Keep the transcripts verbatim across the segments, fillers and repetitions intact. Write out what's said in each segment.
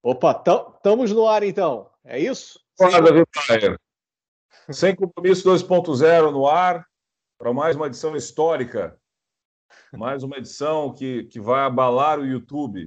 Opa, estamos no ar então. É isso? Fala, David Maier. Sem Compromisso dois ponto zero no ar, para mais uma edição histórica, mais uma edição que, que vai abalar o YouTube.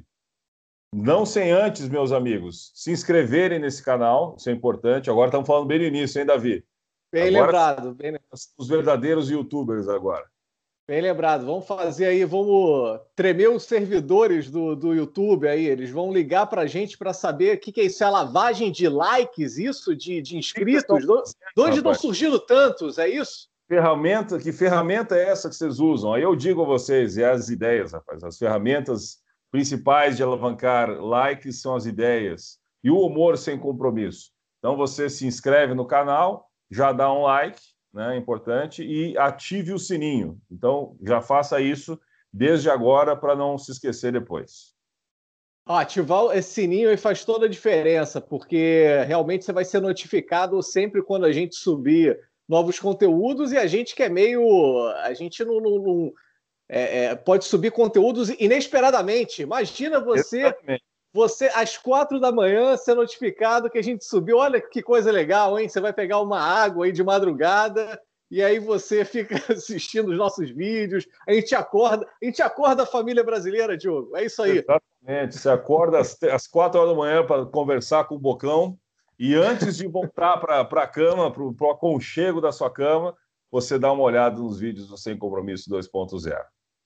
Não sem antes, meus amigos, se inscreverem nesse canal, isso é importante. Agora estamos falando bem no início, hein, Davi? Bem Agora, lembrado, bem, os verdadeiros YouTubers agora. bem lembrado. Vamos fazer aí, vamos tremer os servidores do, do YouTube aí. Eles vão ligar para a gente para saber o que, que é isso. É lavagem de likes, isso? De, de inscritos? De onde estão surgindo tantos? É isso? Ferramenta, que ferramenta é essa que vocês usam? Aí eu digo a vocês, e as ideias, rapaz. As ferramentas principais de alavancar likes são as ideias. E o humor sem compromisso. Então você se inscreve no canal, já dá um like, né, importante, e ative o sininho. Então já faça isso desde agora para não se esquecer depois. Ah, ativar esse sininho aí faz toda a diferença, porque realmente você vai ser notificado sempre quando a gente subir novos conteúdos e a gente que é meio. A gente não, não, não é, é, pode subir conteúdos inesperadamente. Imagina você, Exatamente. você às quatro da manhã ser notificado que a gente subiu. Olha que coisa legal, hein? Você vai pegar uma água aí de madrugada e aí você fica assistindo os nossos vídeos. A gente acorda, a gente acorda a família brasileira, Diogo. É isso aí. Exatamente. Você acorda às, às quatro horas da manhã para conversar com o Bocão e antes de voltar para a cama, para o aconchego da sua cama, você dá uma olhada nos vídeos do Sem Compromisso dois ponto zero.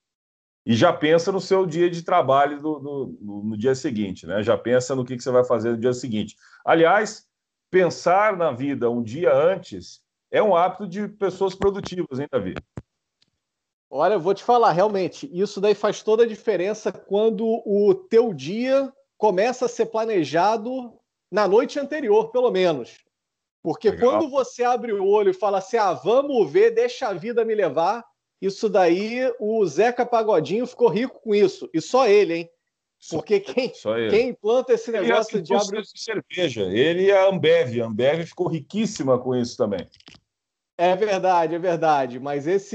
E já pensa no seu dia de trabalho do, do, no, no dia seguinte, né? Já pensa no que, que você vai fazer no dia seguinte. Aliás, pensar na vida um dia antes é um hábito de pessoas produtivas, hein, Davi? Olha, eu vou te falar, realmente, isso daí faz toda a diferença quando o teu dia começa a ser planejado na noite anterior, pelo menos. Porque Legal. Quando você abre o olho e fala assim, ah, vamos ver, deixa a vida me levar, isso daí, o Zeca Pagodinho ficou rico com isso. E só ele, hein? Porque quem, quem planta esse negócio ele de abrir... de cerveja, ele e a Ambev. A Ambev ficou riquíssima com isso também. É verdade, é verdade. Mas esse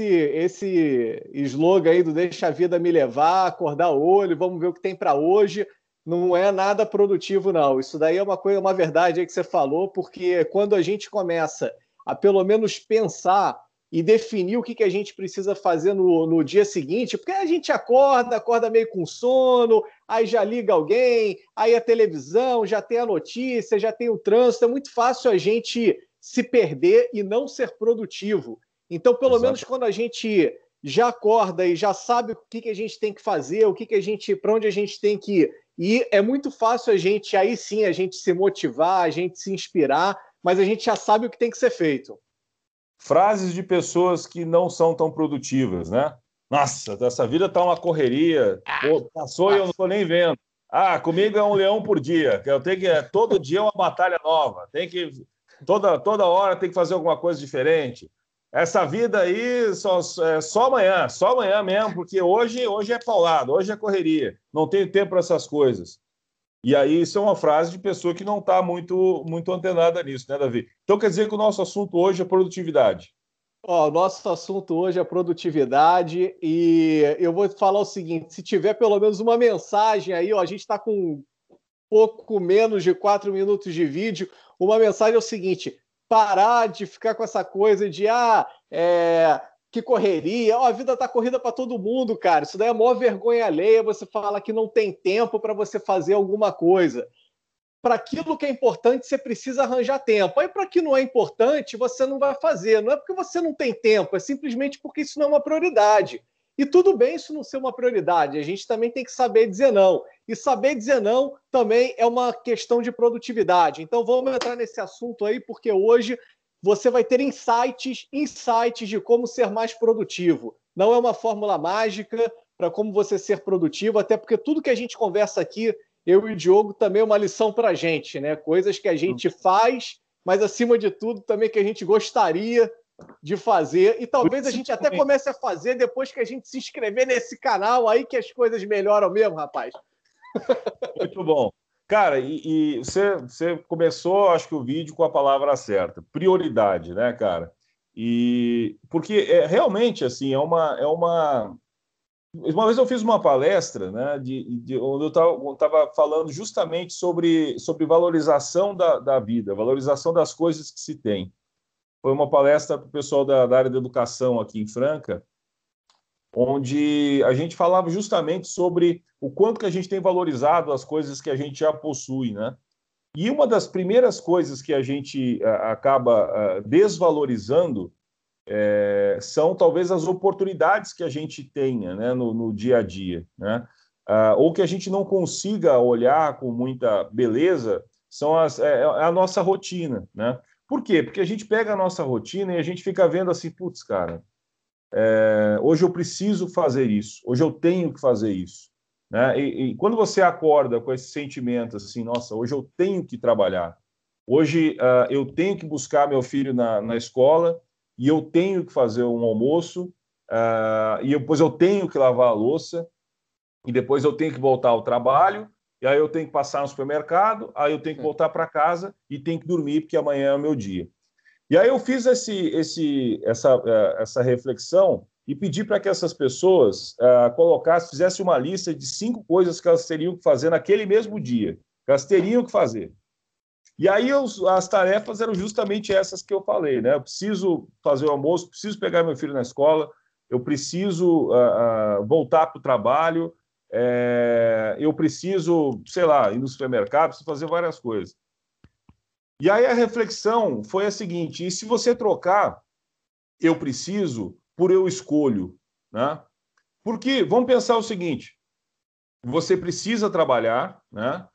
esse slogan aí do deixa a vida me levar, acordar o olho, vamos ver o que tem para hoje, não é nada produtivo, não. Isso daí é uma coisa, uma verdade aí que você falou, porque quando a gente começa a pelo menos pensar e definir o que, que a gente precisa fazer no, no dia seguinte, porque a gente acorda, acorda meio com sono, aí já liga alguém, aí a televisão, já tem a notícia, já tem o trânsito, é muito fácil a gente se perder e não ser produtivo. Então, pelo Exato. menos quando a gente já acorda e já sabe o que, que a gente tem que fazer, o que, que a gente, para onde a gente tem que ir, é muito fácil a gente, aí sim, a gente se motivar, a gente se inspirar, mas a gente já sabe o que tem que ser feito. Frases de pessoas que não são tão produtivas, né? Nossa, essa vida tá uma correria, pô, passou e eu não tô nem vendo. Ah, comigo é um leão por dia, que eu tenho que todo dia é uma batalha nova, tem que toda toda hora tem que fazer alguma coisa diferente. Essa vida aí só é só amanhã, só amanhã mesmo, porque hoje hoje é paulado, hoje é correria, não tenho tempo para essas coisas. E aí isso é uma frase de pessoa que não está muito, muito antenada nisso, né, Davi? Então quer dizer que o nosso assunto hoje é produtividade. Ó, o nosso assunto hoje é produtividade e eu vou te falar o seguinte, se tiver pelo menos uma mensagem aí, ó, a gente está com um pouco menos de quatro minutos de vídeo, uma mensagem é o seguinte, parar de ficar com essa coisa de, ah, é, que correria, ó, a vida tá corrida para todo mundo, cara, isso daí é a maior vergonha alheia, você fala que não tem tempo para você fazer alguma coisa. Para aquilo que é importante, você precisa arranjar tempo. Aí, para que não é importante, você não vai fazer. Não é porque você não tem tempo, é simplesmente porque isso não é uma prioridade. E tudo bem isso não ser uma prioridade, a gente também tem que saber dizer não. E saber dizer não também é uma questão de produtividade. Então, vamos entrar nesse assunto aí, porque hoje você vai ter insights, insights de como ser mais produtivo. Não é uma fórmula mágica para como você ser produtivo, até porque tudo que a gente conversa aqui, eu e o Diogo, também é uma lição para a gente, né? Coisas que a gente faz, mas acima de tudo também que a gente gostaria de fazer. E talvez a gente até comece a fazer depois que a gente se inscrever nesse canal aí que as coisas melhoram mesmo, rapaz. Muito bom. Cara, e, e você, você começou, acho que o vídeo com a palavra certa, prioridade, né, cara? E porque é realmente assim, é uma, é uma Uma vez eu fiz uma palestra, né, de, de, onde eu estava falando justamente sobre, sobre valorização da, da vida, valorização das coisas que se tem. Foi uma palestra para o pessoal da, da área da educação aqui em Franca, onde a gente falava justamente sobre o quanto que a gente tem valorizado as coisas que a gente já possui, né? E uma das primeiras coisas que a gente a, acaba a, desvalorizando é, são talvez as oportunidades que a gente tenha, né, no, no dia a dia, né? Ah, ou que a gente não consiga olhar com muita beleza, são as, é, é a nossa rotina, né? Por quê? Porque a gente pega a nossa rotina e a gente fica vendo assim, putz, cara, é, hoje eu preciso fazer isso, hoje eu tenho que fazer isso, né? E, e quando você acorda com esse sentimento assim, nossa, hoje eu tenho que trabalhar, hoje uh, eu tenho que buscar meu filho na, na escola e eu tenho que fazer um almoço uh, e depois eu tenho que lavar a louça e depois eu tenho que voltar ao trabalho e aí eu tenho que passar no supermercado, aí eu tenho que voltar para casa e tenho que dormir porque amanhã é o meu dia. E aí eu fiz esse, esse, essa, essa reflexão e pedi para que essas pessoas uh, colocassem, fizessem uma lista de cinco coisas que elas teriam que fazer naquele mesmo dia, que elas teriam que fazer. E aí os, as tarefas eram justamente essas que eu falei, né? Eu preciso fazer o almoço, preciso pegar meu filho na escola, eu preciso uh, uh, voltar para o trabalho, é, eu preciso, sei lá, ir no supermercado, preciso fazer várias coisas. E aí a reflexão foi a seguinte: e se você trocar eu preciso por eu escolho, né? Porque vamos pensar o seguinte: você precisa trabalhar, né?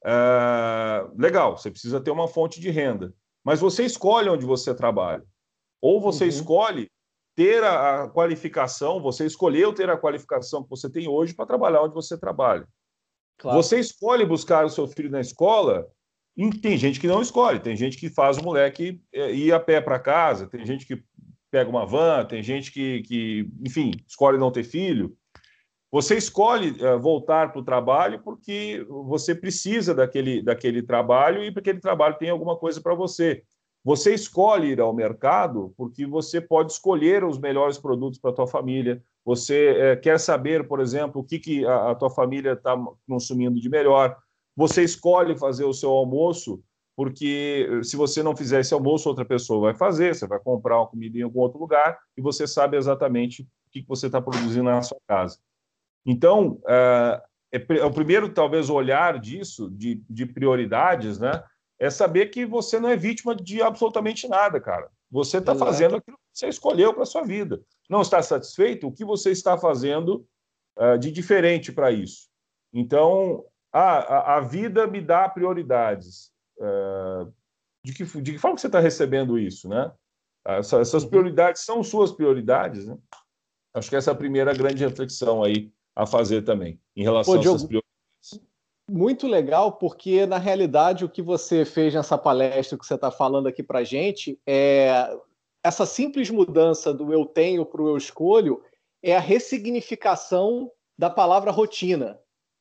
É, legal, você precisa ter uma fonte de renda, mas você escolhe onde você trabalha, ou você uhum. escolhe ter a, a qualificação, você escolheu ter a qualificação que você tem hoje para trabalhar onde você trabalha. Claro. Você escolhe buscar o seu filho na escola. E tem gente que não escolhe, tem gente que faz o moleque ir a pé para casa, tem gente que pega uma van, tem gente que, que, enfim, escolhe não ter filho. Você escolhe uh, voltar para o trabalho porque você precisa daquele, daquele trabalho e porque aquele trabalho tem alguma coisa para você. Você escolhe ir ao mercado porque você pode escolher os melhores produtos para a tua família. Você uh, quer saber, por exemplo, o que, que a, a tua família está consumindo de melhor. Você escolhe fazer o seu almoço porque se você não fizer esse almoço, outra pessoa vai fazer, você vai comprar uma comida em algum outro lugar e você sabe exatamente o que você está produzindo na sua casa. Então, é, é o primeiro, talvez, olhar disso, de, de prioridades, né, é saber que você não é vítima de absolutamente nada, cara. Você está fazendo aquilo que você escolheu para a sua vida. Não está satisfeito? O que você está fazendo uh, de diferente para isso? Então, ah, a, a vida me dá prioridades. Uh, de, que, de que forma que você está recebendo isso, né? Essa, essas prioridades são suas prioridades, né? Acho que essa é a primeira grande reflexão aí a fazer também, em relação Pô, Diogo, a essas prioridades. Muito legal, porque, na realidade, o que você fez nessa palestra que você está falando aqui para a gente, é essa simples mudança do eu tenho para o eu escolho é a ressignificação da palavra rotina.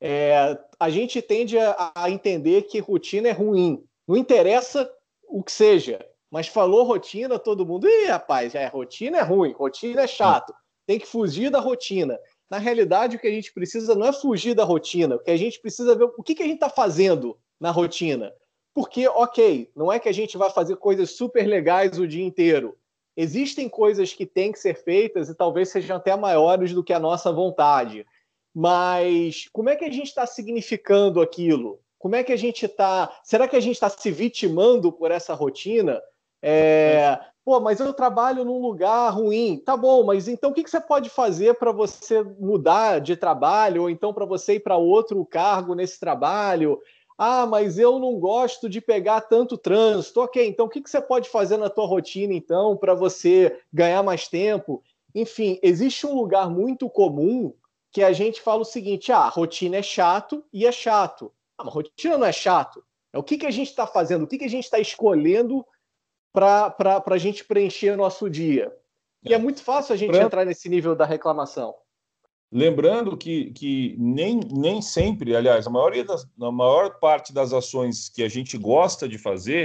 É, a gente tende a, a entender que rotina é ruim. Não interessa o que seja, mas falou rotina, todo mundo, ih, rapaz, é, rotina é ruim, rotina é chato, tem que fugir da rotina. Na realidade, o que a gente precisa não é fugir da rotina, o que a gente precisa é ver o que, que a gente está fazendo na rotina. Porque, ok, não é que a gente vai fazer coisas super legais o dia inteiro. Existem coisas que têm que ser feitas e talvez sejam até maiores do que a nossa vontade. Mas como é que a gente está significando aquilo? Como é que a gente está... Será que a gente está se vitimando por essa rotina? É... Pô, mas eu trabalho num lugar ruim. Tá bom, mas então o que você pode fazer para você mudar de trabalho? Ou então para você ir para outro cargo nesse trabalho? Ah, mas eu não gosto de pegar tanto trânsito. Ok, então o que você pode fazer na tua rotina, então, para você ganhar mais tempo? Enfim, existe um lugar muito comum que a gente fala o seguinte, ah, rotina é chato e é chato. Ah, mas rotina não é chato. É o que, que a gente está fazendo, o que, que a gente está escolhendo para a gente preencher o nosso dia. E é muito fácil a gente Lembrando, entrar nesse nível da reclamação. Lembrando que, que nem, nem sempre, aliás, a, maioria das, a maior parte das ações que a gente gosta de fazer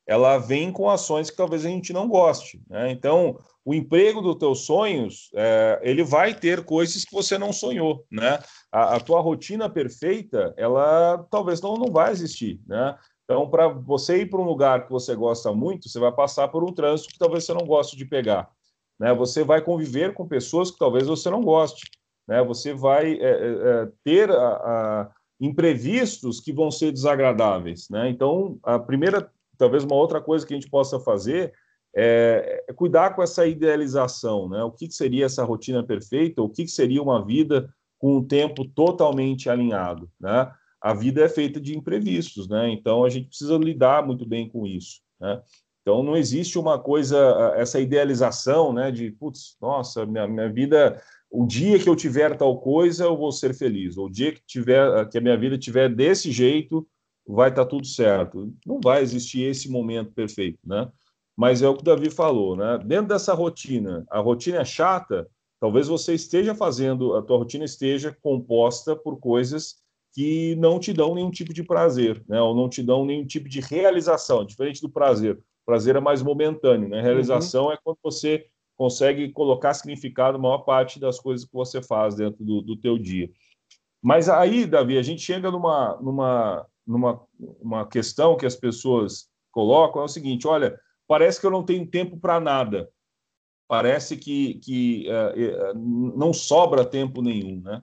ela vem com ações que talvez a gente não goste, né? Então, o emprego dos teus sonhos, é, ele vai ter coisas que você não sonhou, né? A, a tua rotina perfeita, ela talvez não, não vai existir, né? Então, para você ir para um lugar que você gosta muito, você vai passar por um trânsito que talvez você não goste de pegar, né? Você vai conviver com pessoas que talvez você não goste, né? Você vai é, é, ter a, a, imprevistos que vão ser desagradáveis, né? Então, a primeira, talvez uma outra coisa que a gente possa fazer é, é cuidar com essa idealização, né? O que, que seria essa rotina perfeita? O que, que seria uma vida com um tempo totalmente alinhado, né? A vida é feita de imprevistos, né? Então a gente precisa lidar muito bem com isso, né? Então não existe uma coisa, essa idealização, né? De putz, nossa, minha, minha vida, o dia que eu tiver tal coisa, eu vou ser feliz. Ou o dia que tiver, que a minha vida tiver desse jeito, vai estar tudo certo. Não vai existir esse momento perfeito, né? Mas é o que o Davi falou, né? Dentro dessa rotina, a rotina é chata, talvez você esteja fazendo, a tua rotina esteja composta por coisas que não te dão nenhum tipo de prazer, né? Ou não te dão nenhum tipo de realização, diferente do prazer. O prazer é mais momentâneo, né? A realização uhum. é quando você consegue colocar significado na maior parte das coisas que você faz dentro do, do teu dia. Mas aí, Davi, a gente chega numa, numa, numa uma questão que as pessoas colocam, é o seguinte, olha, parece que eu não tenho tempo para nada. Parece que, que uh, uh, não sobra tempo nenhum, né?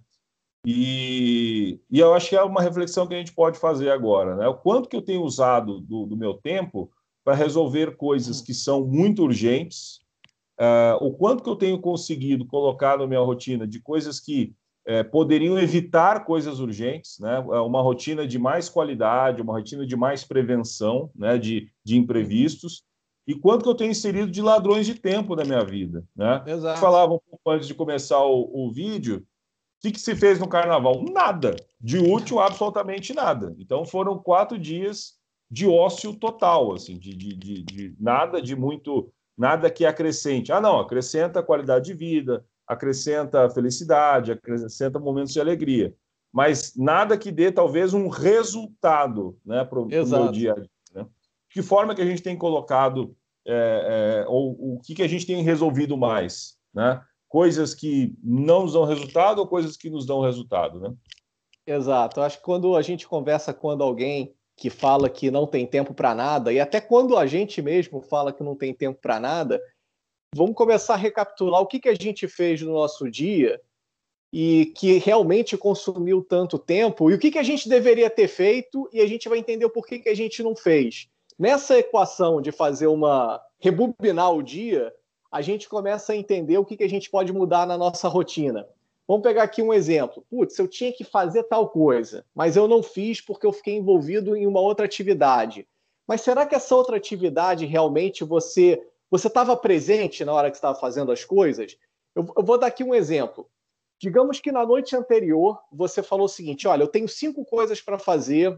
E, e eu acho que é uma reflexão que a gente pode fazer agora, né? O quanto que eu tenho usado do, do meu tempo para resolver coisas que são muito urgentes, uh, o quanto que eu tenho conseguido colocar na minha rotina de coisas que uh, poderiam evitar coisas urgentes, né? Uma rotina de mais qualidade, uma rotina de mais prevenção, né? de, de imprevistos, e quanto que eu tenho inserido de ladrões de tempo na minha vida, né? Exato. Falava um pouco antes de começar o, o vídeo. O que, que se fez no carnaval? Nada. De útil, absolutamente nada. Então, foram quatro dias de ócio total, assim, de, de, de, de nada de muito, nada que acrescente. Ah, não, acrescenta qualidade de vida, acrescenta felicidade, acrescenta momentos de alegria. Mas nada que dê, talvez, um resultado, né, para o meu dia a dia. Né? De que forma que a gente tem colocado, é, é, ou o que, que a gente tem resolvido mais, né? Coisas que não nos dão resultado ou coisas que nos dão resultado, né? Exato. Acho que quando a gente conversa com alguém que fala que não tem tempo para nada, e até quando a gente mesmo fala que não tem tempo para nada, vamos começar a recapitular o que, que a gente fez no nosso dia e que realmente consumiu tanto tempo e o que, que a gente deveria ter feito, e a gente vai entender o porquê que a gente não fez. Nessa equação de fazer uma... rebobinar o dia, a gente começa a entender o que, que a gente pode mudar na nossa rotina. Vamos pegar aqui um exemplo. Putz, eu tinha que fazer tal coisa, mas eu não fiz porque eu fiquei envolvido em uma outra atividade. Mas será que essa outra atividade realmente você você estava presente na hora que estava fazendo as coisas? Eu, eu vou dar aqui um exemplo. Digamos que na noite anterior você falou o seguinte, olha, eu tenho cinco coisas para fazer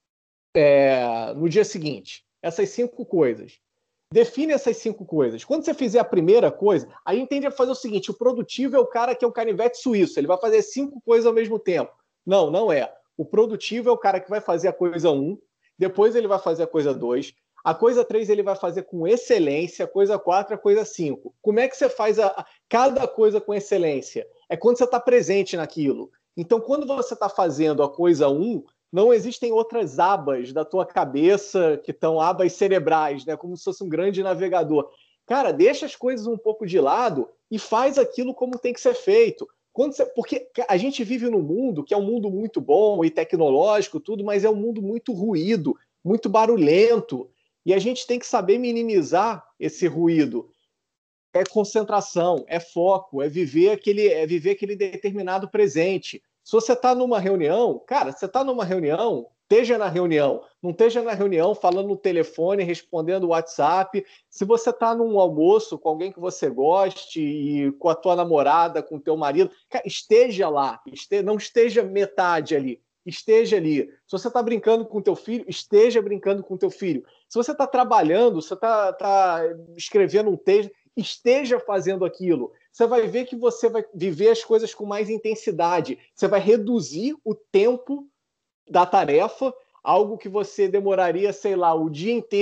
é, no dia seguinte. Essas cinco coisas. Define essas cinco coisas. Quando você fizer a primeira coisa, aí entende a fazer o seguinte, o produtivo é o cara que é o canivete suíço, ele vai fazer cinco coisas ao mesmo tempo. Não, não é. O produtivo é o cara que vai fazer a coisa um, depois ele vai fazer a coisa dois, a coisa três ele vai fazer com excelência, a coisa quatro, a coisa cinco. Como é que você faz a, a, cada coisa com excelência? É quando você está presente naquilo. Então, quando você está fazendo a coisa um, não existem outras abas da tua cabeça que estão abas cerebrais, né? Como se fosse um grande navegador. Cara, deixa as coisas um pouco de lado e faz aquilo como tem que ser feito. Quando você... Porque a gente vive num mundo que é um mundo muito bom e tecnológico, tudo, mas é um mundo muito ruído, muito barulhento. E a gente tem que saber minimizar esse ruído. É concentração, é foco, é viver aquele, é viver aquele determinado presente. Se você está numa reunião, cara, você está numa reunião, esteja na reunião. Não esteja na reunião falando no telefone, respondendo o WhatsApp. Se você está num almoço com alguém que você goste, e com a tua namorada, com o teu marido, cara, esteja lá. Este... Não esteja metade ali. Esteja ali. Se você está brincando com o teu filho, esteja brincando com o teu filho. Se você está trabalhando, se você está tá escrevendo um texto, esteja fazendo aquilo. Você vai ver que você vai viver as coisas com mais intensidade. Você vai reduzir o tempo da tarefa, algo que você demoraria, sei lá, o dia inteiro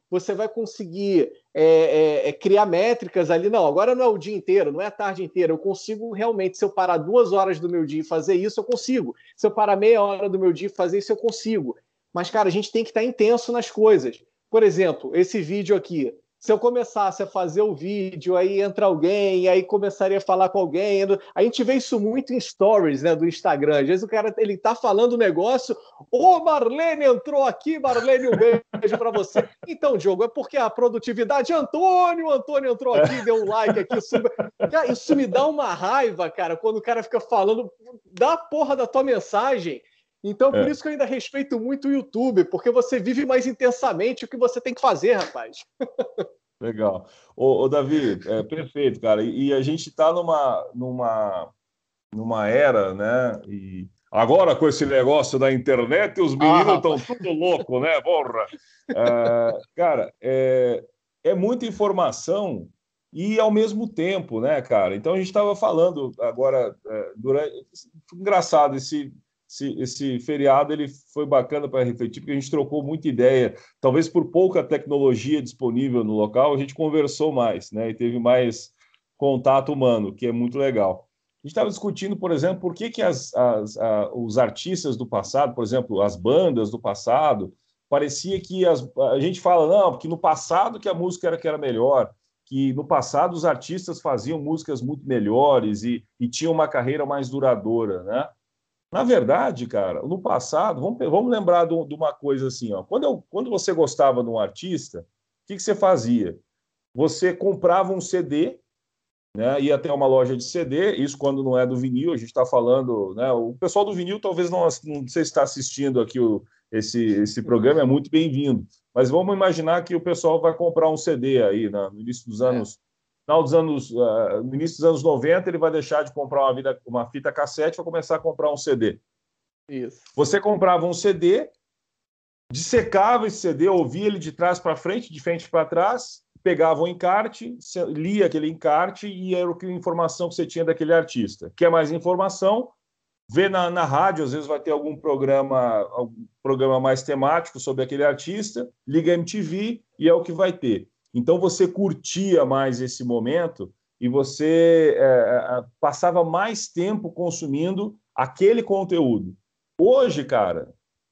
você vai conseguir é, é, é, criar métricas ali. Não, agora não é o dia inteiro, não é a tarde inteira. Eu consigo realmente, se eu parar duas horas do meu dia e fazer isso, eu consigo. Se eu parar meia hora do meu dia e fazer isso, eu consigo. Mas, cara, a gente tem que estar intenso nas coisas. Por exemplo, esse vídeo aqui. Se eu começasse a fazer o vídeo, aí entra alguém, aí começaria a falar com alguém. A gente vê isso muito em stories, né, do Instagram. Às vezes o cara ele tá falando um negócio, ô, Marlene entrou aqui, Marlene, um beijo para você. Então, Diogo, é porque a produtividade, Antônio, Antônio entrou aqui, deu um like aqui. Isso, cara, isso me dá uma raiva, cara, quando o cara fica falando da porra da tua mensagem. Então, por é. isso que eu ainda respeito muito o YouTube, porque você vive mais intensamente o que você tem que fazer, rapaz. Legal. Ô, ô Davi, é perfeito, cara. E, e a gente está numa, numa, numa era, né? E agora com esse negócio da internet, os meninos estão ah, tudo loucos, né? Porra! É, cara, é, é muita informação e ao mesmo tempo, né, cara? Então a gente estava falando agora, é, durante... Engraçado, esse... Esse, esse feriado ele foi bacana para refletir, porque a gente trocou muita ideia. Talvez por pouca tecnologia disponível no local, a gente conversou mais, né? E teve mais contato humano, que é muito legal. A gente estava discutindo, por exemplo, por que, que as, as, a, os artistas do passado, por exemplo, as bandas do passado, parecia que as, a gente fala, não, porque no passado que a música era que era melhor, que no passado os artistas faziam músicas muito melhores e, e tinham uma carreira mais duradoura, né? Na verdade, cara, no passado, vamos, vamos lembrar de, de uma coisa assim, ó. Quando, eu, quando você gostava de um artista, o que, que você fazia? Você comprava um C D, né, ia até uma loja de C D, isso quando não é do vinil, a gente está falando, né, o pessoal do vinil talvez não, não sei se está assistindo aqui o, esse, esse programa, é muito bem-vindo, mas vamos imaginar que o pessoal vai comprar um C D aí, né, no início dos anos... É. Final dos anos, uh, no início dos anos noventa, ele vai deixar de comprar uma, vida, uma fita cassete e vai começar a comprar um C D. Isso. Você comprava um C D, dissecava esse C D, ouvia ele de trás para frente, de frente para trás, pegava um encarte, lia aquele encarte e era a informação que você tinha daquele artista. Quer mais informação? Vê na, na rádio, às vezes vai ter algum programa, algum programa mais temático sobre aquele artista, liga a M T V e é o que vai ter. Então, você curtia mais esse momento e você é, passava mais tempo consumindo aquele conteúdo. Hoje, cara,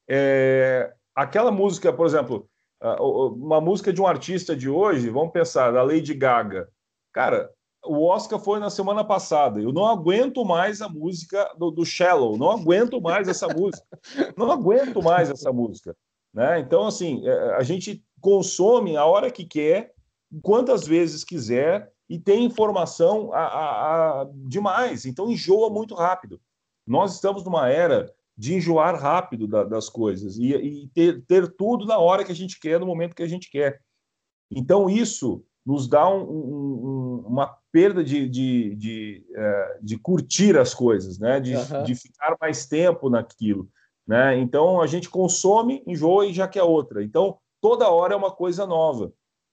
é, aquela música, por exemplo, uma música de um artista de hoje, vamos pensar, da Lady Gaga. Cara, o Oscar foi na semana passada. Eu não aguento mais a música do, do Shallow, não aguento mais essa música. Não aguento mais essa música. Né? Então, assim, a gente consome a hora que quer, quantas vezes quiser, e tem informação a, a, a, demais. Então, enjoa muito rápido. Nós estamos numa era de enjoar rápido da, das coisas e, e ter, ter tudo na hora que a gente quer, no momento que a gente quer. Então, isso nos dá um, um, uma perda de, de, de, de curtir as coisas, né? de, uhum. de ficar mais tempo naquilo. Né? Então, a gente consome, enjoa e já quer outra. Então, toda hora é uma coisa nova.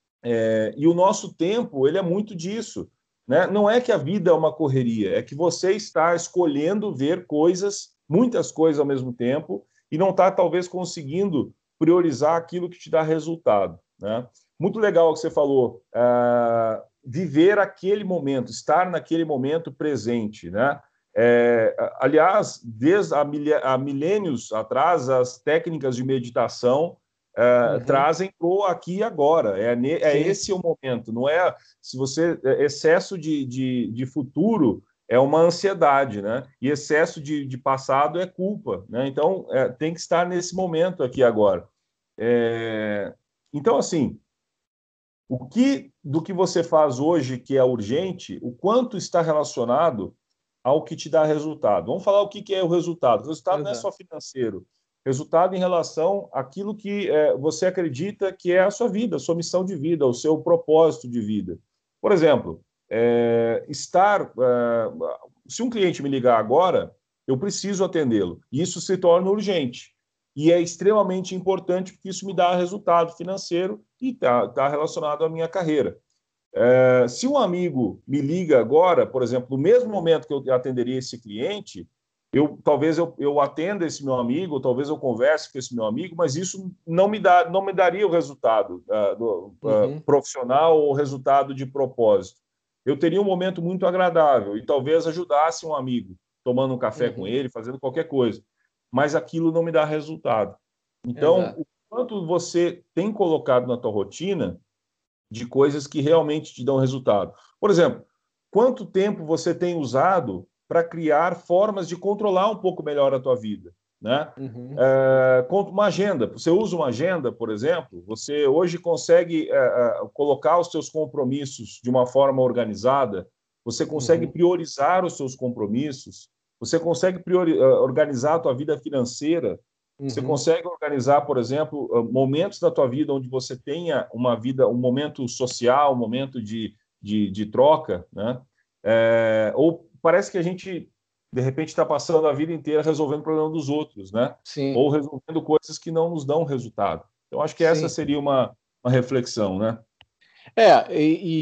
É, e o nosso tempo, ele é muito disso. Né? Não é que a vida é uma correria, é que você está escolhendo ver coisas, muitas coisas ao mesmo tempo, e não está, talvez, conseguindo priorizar aquilo que te dá resultado. Né? Muito legal o que você falou, uh, viver aquele momento, estar naquele momento presente, né? É, aliás, desde há, milê há milênios atrás, as técnicas de meditação é, uhum. trazem o aqui e agora. É, é esse o momento. Não é se você excesso de, de, de futuro é uma ansiedade, né? E excesso de, de passado é culpa, né? Então é, tem que estar nesse momento aqui agora. É, então, assim, o que do que você faz hoje que é urgente, o quanto está relacionado ao que te dá resultado. Vamos falar o que é o resultado. O resultado Exato. Não é só financeiro. Resultado em relação àquilo que é, você acredita que é a sua vida, a sua missão de vida, o seu propósito de vida. Por exemplo, é, estar... É, se um cliente me ligar agora, eu preciso atendê-lo. Isso se torna urgente. E é extremamente importante porque isso me dá resultado financeiro e está tá relacionado à minha carreira. É, se um amigo me liga agora, por exemplo, no mesmo momento que eu atenderia esse cliente, eu talvez eu, eu atenda esse meu amigo, talvez eu converse com esse meu amigo, mas isso não me, dá, não me daria o resultado uh, do, uh, Uhum. profissional ou o resultado de propósito. Eu teria um momento muito agradável e talvez ajudasse um amigo, tomando um café Uhum. com ele, fazendo qualquer coisa, mas aquilo não me dá resultado. Então, Exato. o quanto você tem colocado na tua rotina de coisas que realmente te dão resultado. Por exemplo, quanto tempo você tem usado para criar formas de controlar um pouco melhor a tua vida, né? Uhum. É, uma agenda. Você usa uma agenda, por exemplo, você hoje consegue é, é, colocar os seus compromissos de uma forma organizada, você consegue Uhum. priorizar os seus compromissos, você consegue priori- organizar a tua vida financeira, você Uhum. consegue organizar, por exemplo, momentos da tua vida onde você tenha uma vida, um momento social, um momento de, de, de troca, né? É, ou parece que a gente, de repente, está passando a vida inteira resolvendo o problema dos outros, né? Sim, Ou resolvendo coisas que não nos dão resultado. Então, acho que essa sim. seria uma, uma reflexão, né? É,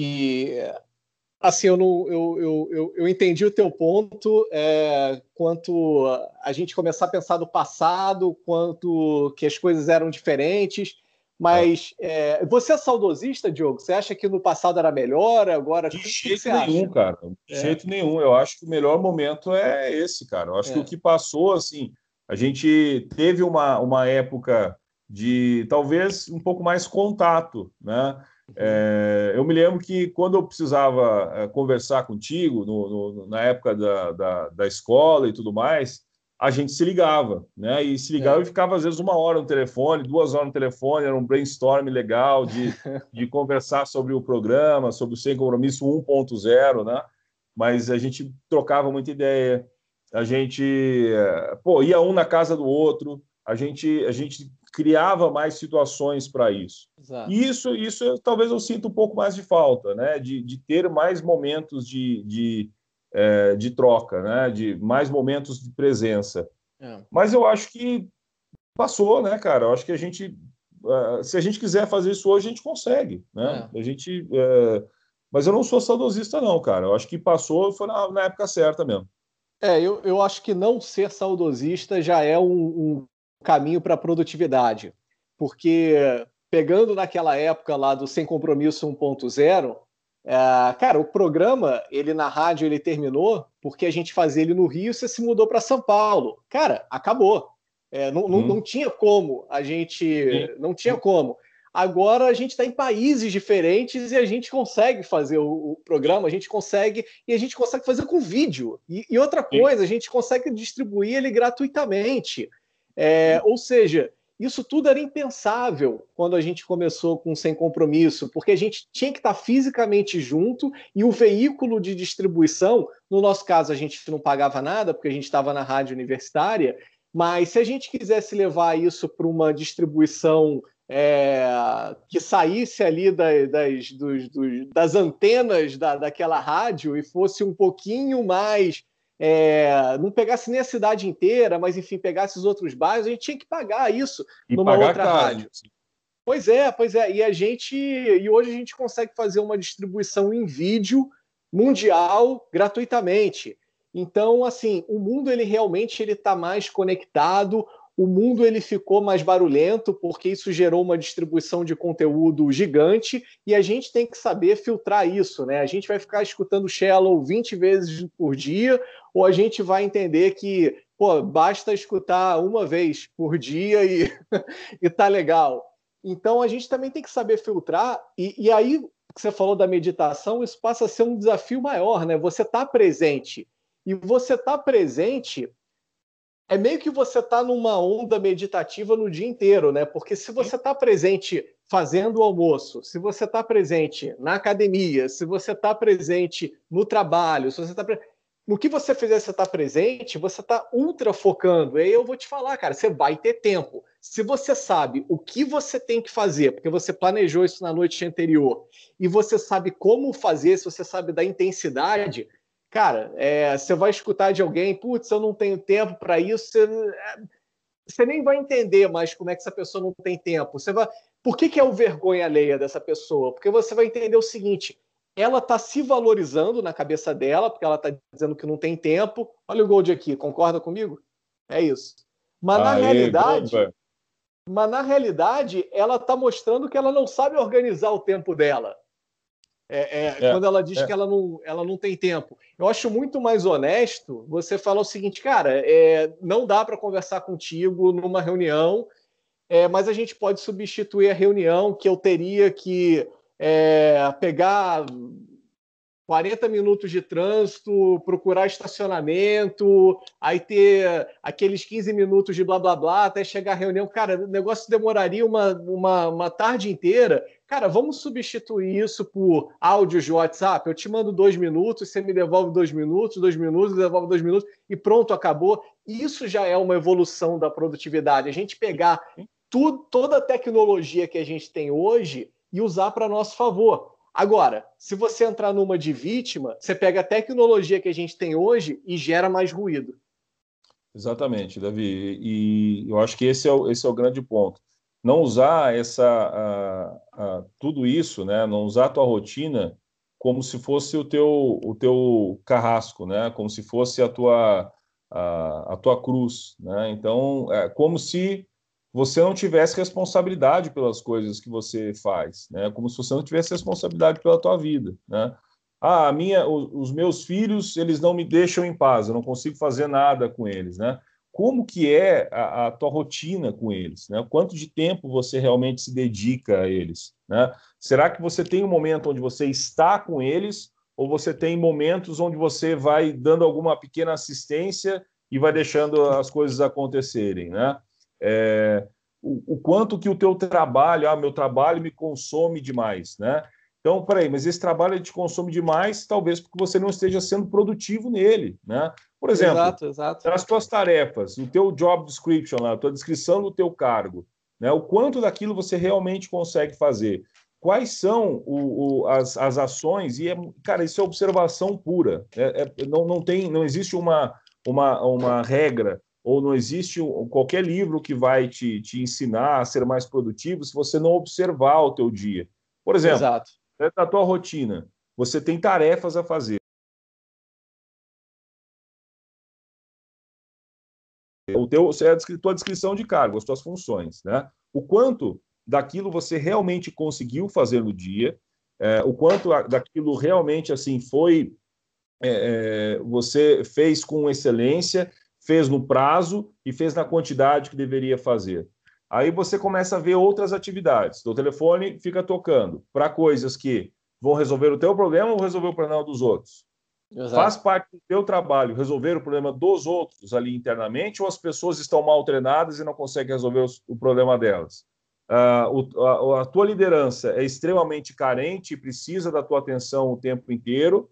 e, e, assim, eu, não, eu, eu, eu, eu entendi o teu ponto, é, quanto a gente começar a pensar do passado, quanto que as coisas eram diferentes, É. mas é, você é saudosista, Diogo? Você acha que no passado era melhor, agora? De O que, que você jeito nenhum, acha? cara. De É, jeito nenhum. Eu acho que o melhor momento é esse, cara. Eu acho que o é. que passou, assim, a gente teve uma, uma época de talvez um pouco mais contato, né? Uhum. É, eu me lembro que quando eu precisava é, conversar contigo, no, no, na época da, da, da escola e tudo mais, a gente se ligava, né? E se ligava É. e ficava, às vezes, uma hora no telefone, duas horas no telefone, era um brainstorm legal de de conversar sobre o programa, sobre o Sem Compromisso um ponto zero, né? Mas a gente trocava muita ideia, a gente pô, ia um na casa do outro, a gente, a gente criava mais situações para isso. Exato. E isso, isso eu, talvez eu sinta um pouco mais de falta, né? De, de ter mais momentos de, de, é, de troca, né? De mais momentos de presença. É. Mas eu acho que passou, né, cara? Eu acho que a gente, uh, se a gente quiser fazer isso hoje, a gente consegue, né? É. A gente, uh, mas eu não sou saudosista, não, cara. Eu acho que passou, foi na, na época certa mesmo. É, eu, eu acho que não ser saudosista já é um, um caminho para a produtividade. Porque, pegando naquela época lá do Sem Compromisso um ponto zero, é, cara, o programa, ele na rádio, ele terminou porque a gente fazia ele no Rio e você se mudou para São Paulo. Cara, acabou. É, não, não, não Uhum. tinha como a gente. Sim. Não tinha como. Agora a gente está em países diferentes e a gente consegue fazer o, o programa, a gente consegue e a gente consegue fazer com vídeo. E, e outra Sim. coisa, a gente consegue distribuir ele gratuitamente. É, Sim. ou seja, isso tudo era impensável quando a gente começou com Sem Compromisso, porque a gente tinha que estar fisicamente junto e o veículo de distribuição, no nosso caso, a gente não pagava nada, porque a gente estava na rádio universitária, mas se a gente quisesse levar isso para uma distribuição é, que saísse ali da, das, dos, dos, das antenas da, daquela rádio e fosse um pouquinho mais. É, não pegasse nem a cidade inteira, mas enfim, pegasse os outros bairros, a gente tinha que pagar isso E numa pagar outra caro rádio. ainda. Assim. Pois é, pois é. E a gente. E hoje a gente consegue fazer uma distribuição em vídeo mundial gratuitamente. Então, assim, o mundo ele realmente ele está mais conectado, o mundo ele ficou mais barulhento porque isso gerou uma distribuição de conteúdo gigante e a gente tem que saber filtrar isso, né? A gente vai ficar escutando Shallow vinte vezes por dia ou a gente vai entender que, pô, basta escutar uma vez por dia e, e tá legal. Então a gente também tem que saber filtrar, e, e aí que você falou da meditação, isso passa a ser um desafio maior, né? Você está presente. E você está presente é meio que você está numa onda meditativa no dia inteiro, né? Porque se Sim. você está presente fazendo o almoço, se você está presente na academia, se você está presente no trabalho, se você está pre... no que você fizer, você está presente, você está ultra focando. E aí eu vou te falar, cara, você vai ter tempo. Se você sabe o que você tem que fazer, porque você planejou isso na noite anterior, e você sabe como fazer, se você sabe da intensidade, cara, é, você vai escutar de alguém, putz, eu não tenho tempo para isso, você, você nem vai entender mais como é que essa pessoa não tem tempo. Você vai, por que, que é o vergonha alheia dessa pessoa? Porque você vai entender o seguinte: ela está se valorizando na cabeça dela, porque ela está dizendo que não tem tempo. Olha o Gold aqui, concorda comigo? É isso. Mas na Aê, realidade, Goldberg. mas na realidade, ela está mostrando que ela não sabe organizar o tempo dela. É, é, É, quando ela diz é. que ela não, ela não tem tempo. Eu acho muito mais honesto você falar o seguinte, cara, é, não dá para conversar contigo numa reunião, é, mas a gente pode substituir a reunião que eu teria que é, pegar quarenta minutos de trânsito, procurar estacionamento, aí ter aqueles quinze minutos de blá blá blá até chegar à reunião. Cara, o negócio demoraria uma, uma, uma tarde inteira. Cara, vamos substituir isso por áudios de WhatsApp. Eu te mando dois minutos, você me devolve dois minutos, dois minutos, devolve dois minutos e pronto, acabou. Isso já é uma evolução da produtividade. A gente pegar tudo, toda a tecnologia que a gente tem hoje e usar para nosso favor. Agora, se você entrar numa de vítima, você pega a tecnologia que a gente tem hoje e gera mais ruído. Exatamente, Davi. E eu acho que esse é o, esse é o grande ponto. Não usar essa, a, a, tudo isso, né? Não usar a tua rotina como se fosse o teu, o teu carrasco, né? Como se fosse a tua, a, a tua cruz, né? Então, é como se você não tivesse responsabilidade pelas coisas que você faz, né? Como se você não tivesse responsabilidade pela tua vida, né? Ah, a minha, os meus filhos, eles não me deixam em paz, eu não consigo fazer nada com eles, né? Como que é a, a tua rotina com eles, né? Quanto de tempo você realmente se dedica a eles, né? Será que você tem um momento onde você está com eles ou você tem momentos onde você vai dando alguma pequena assistência e vai deixando as coisas acontecerem, né? É, o, o quanto que o teu trabalho, ah, meu trabalho me consome demais, né? Então, peraí, mas esse trabalho te consome demais, talvez porque você não esteja sendo produtivo nele, né? Por exemplo, Exato, exato. as tuas tarefas, o teu job description, lá, a tua descrição do teu cargo, né? O quanto daquilo você realmente consegue fazer? Quais são o, o, as, as ações? E, é, cara, isso é observação pura. É, é, não, não, tem, não existe uma, uma, uma regra ou não existe qualquer livro que vai te, te ensinar a ser mais produtivo se você não observar o teu dia. Por exemplo, Exato. da tua rotina, você tem tarefas a fazer. O teu, é a tua descrição de cargo, as tuas funções, né? O quanto daquilo você realmente conseguiu fazer no dia, é, o quanto daquilo realmente assim foi, é, você fez com excelência, fez no prazo e fez na quantidade que deveria fazer. Aí você começa a ver outras atividades. O telefone fica tocando para coisas que vão resolver o teu problema ou resolver o problema dos outros. Faz Exato. parte do teu trabalho resolver o problema dos outros ali internamente ou as pessoas estão mal treinadas e não conseguem resolver os, o problema delas? Uh, o, a, a tua liderança é extremamente carente e precisa da tua atenção o tempo inteiro.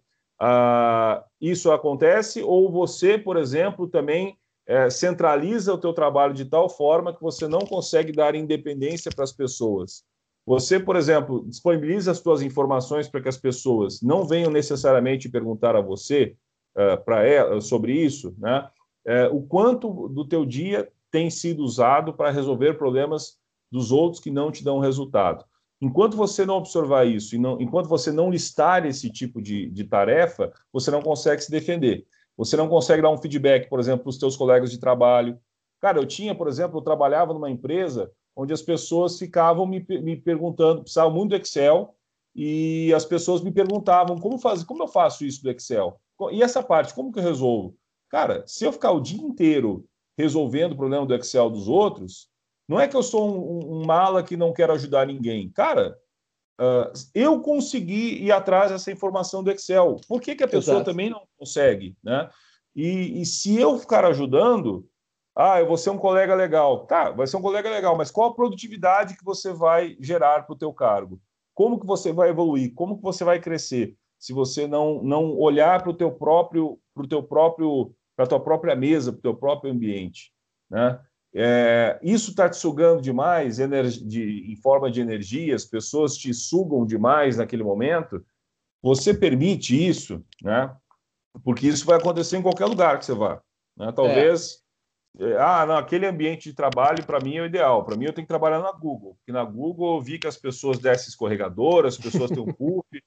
Uh, isso acontece? Ou você, por exemplo, também é, centraliza o teu trabalho de tal forma que você não consegue dar independência para as pessoas? Você, por exemplo, disponibiliza as suas informações para que as pessoas não venham necessariamente perguntar a você uh, para ela sobre isso, né? Uh, o quanto do teu dia tem sido usado para resolver problemas dos outros que não te dão resultado. Enquanto você não observar isso, e não, enquanto você não listar esse tipo de, de tarefa, você não consegue se defender. Você não consegue dar um feedback, por exemplo, para os teus colegas de trabalho. Cara, eu tinha, por exemplo, eu trabalhava numa empresa onde as pessoas ficavam me, me perguntando, precisavam muito do Excel, e as pessoas me perguntavam como, faz, como eu faço isso do Excel? E essa parte, como que eu resolvo? Cara, se eu ficar o dia inteiro resolvendo o problema do Excel dos outros, não é que eu sou um, um mala que não quero ajudar ninguém. Cara, uh, eu consegui ir atrás dessa informação do Excel. Por que, que a pessoa Exato. também não consegue? Né? E, e se eu ficar ajudando, ah, eu vou ser um colega legal. Tá, vai ser um colega legal, mas qual a produtividade que você vai gerar para o teu cargo? Como que você vai evoluir? Como que você vai crescer? Se você não, não olhar para o teu próprio, para o teu próprio, para a tua própria mesa, para o teu próprio ambiente, né? É, isso está te sugando demais de, em forma de energia, as pessoas te sugam demais naquele momento, você permite isso, né? Porque isso vai acontecer em qualquer lugar que você vá. Né? É. Talvez, ah, não, aquele ambiente de trabalho para mim é o ideal. Para mim eu tenho que trabalhar na Google, porque na Google eu vi que as pessoas descem escorregador, as pessoas têm um puff, as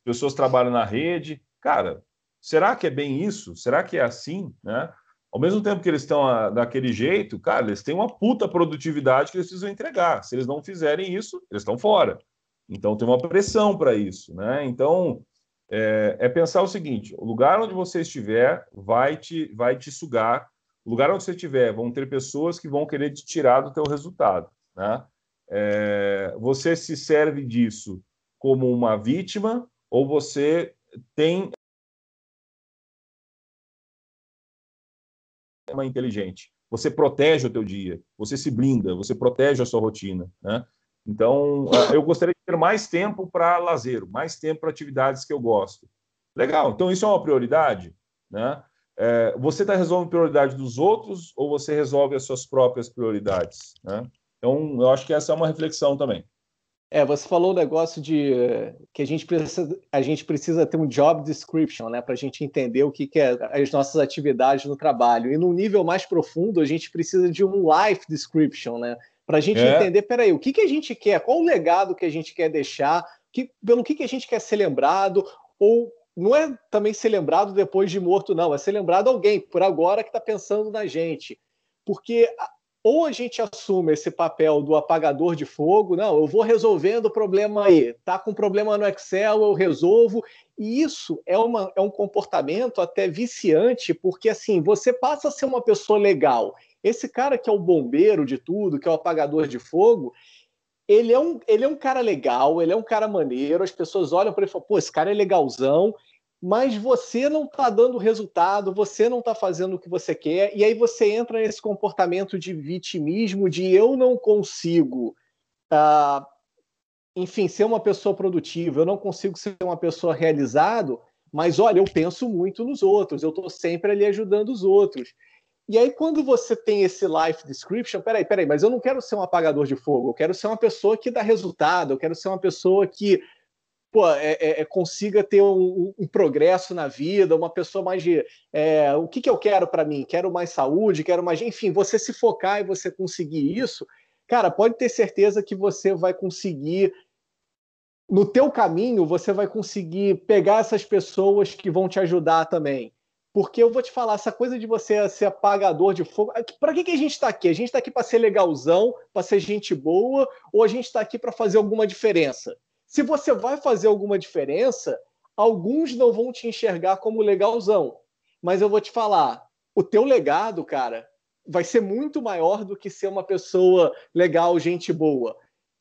pessoas trabalham na rede. Cara, será que é bem isso? Será que é assim, né? Ao mesmo tempo que eles estão a, daquele jeito, cara, eles têm uma puta produtividade que eles precisam entregar. Se eles não fizerem isso, eles estão fora. Então tem uma pressão para isso, né? Então é, é pensar o seguinte: o lugar onde você estiver vai te, vai te sugar. O lugar onde você estiver vão ter pessoas que vão querer te tirar do teu resultado, né? É, você se serve disso como uma vítima ou você tem uma inteligente? Você protege o teu dia, você se blinda, você protege a sua rotina, né? Então, eu gostaria de ter mais tempo para lazer, mais tempo para atividades que eu gosto. Legal, então isso é uma prioridade, né? É, você está resolvendo a prioridade dos outros ou você resolve as suas próprias prioridades, né? Então, eu acho que essa é uma reflexão também. É, você falou o negócio de que a gente precisa, a gente precisa ter um job description, né, para a gente entender o que, que é as nossas atividades no trabalho. E num nível mais profundo, a gente precisa de um life description, né, para a gente É, entender, peraí, o que, que a gente quer, qual o legado que a gente quer deixar, que, pelo que, que a gente quer ser lembrado, ou não é também ser lembrado depois de morto, não, é ser lembrado alguém, por agora, que está pensando na gente. Porque ou a gente assume esse papel do apagador de fogo, não, eu vou resolvendo o problema aí, tá com problema no Excel, eu resolvo, e isso é, uma, é um comportamento até viciante, porque assim, você passa a ser uma pessoa legal. Esse cara que é o bombeiro de tudo, que é o apagador de fogo, ele é um, ele é um cara legal, ele é um cara maneiro, as pessoas olham para ele e falam, pô, esse cara é legalzão, mas você não está dando resultado, você não está fazendo o que você quer, e aí você entra nesse comportamento de vitimismo, de eu não consigo, ah, enfim, ser uma pessoa produtiva, eu não consigo ser uma pessoa realizada, mas olha, eu penso muito nos outros, eu estou sempre ali ajudando os outros. E aí, quando você tem esse life description, peraí, peraí, mas eu não quero ser um apagador de fogo, eu quero ser uma pessoa que dá resultado, eu quero ser uma pessoa que, pô, é, é, é, consiga ter um, um, um progresso na vida, uma pessoa mais de. É, o que, que eu quero para mim? Quero mais saúde, quero mais. Enfim, você se focar e você conseguir isso, cara, pode ter certeza que você vai conseguir. No teu caminho, você vai conseguir pegar essas pessoas que vão te ajudar também. Porque eu vou te falar, essa coisa de você ser apagador de fogo. Para que, que a gente está aqui? A gente está aqui para ser legalzão, para ser gente boa, ou a gente está aqui para fazer alguma diferença? Se você vai fazer alguma diferença, alguns não vão te enxergar como legalzão. Mas eu vou te falar, o teu legado, cara, vai ser muito maior do que ser uma pessoa legal, gente boa.